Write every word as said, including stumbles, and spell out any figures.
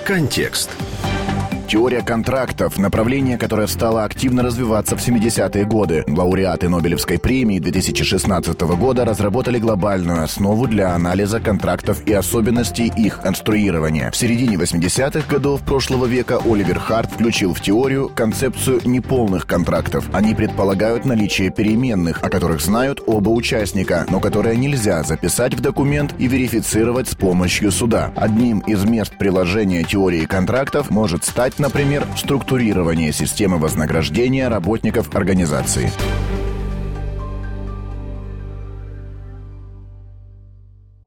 Контекст. Теория контрактов – направление, которое стало активно развиваться в семидесятые годы. Лауреаты Нобелевской премии две тысячи шестнадцатого года разработали глобальную основу для анализа контрактов и особенностей их конструирования. В середине восьмидесятых годов прошлого века Оливер Харт включил в теорию концепцию неполных контрактов. Они предполагают наличие переменных, о которых знают оба участника, но которые нельзя записать в документ и верифицировать с помощью суда. Одним из мест приложения теории контрактов может стать, например, структурирование системы вознаграждения работников организации.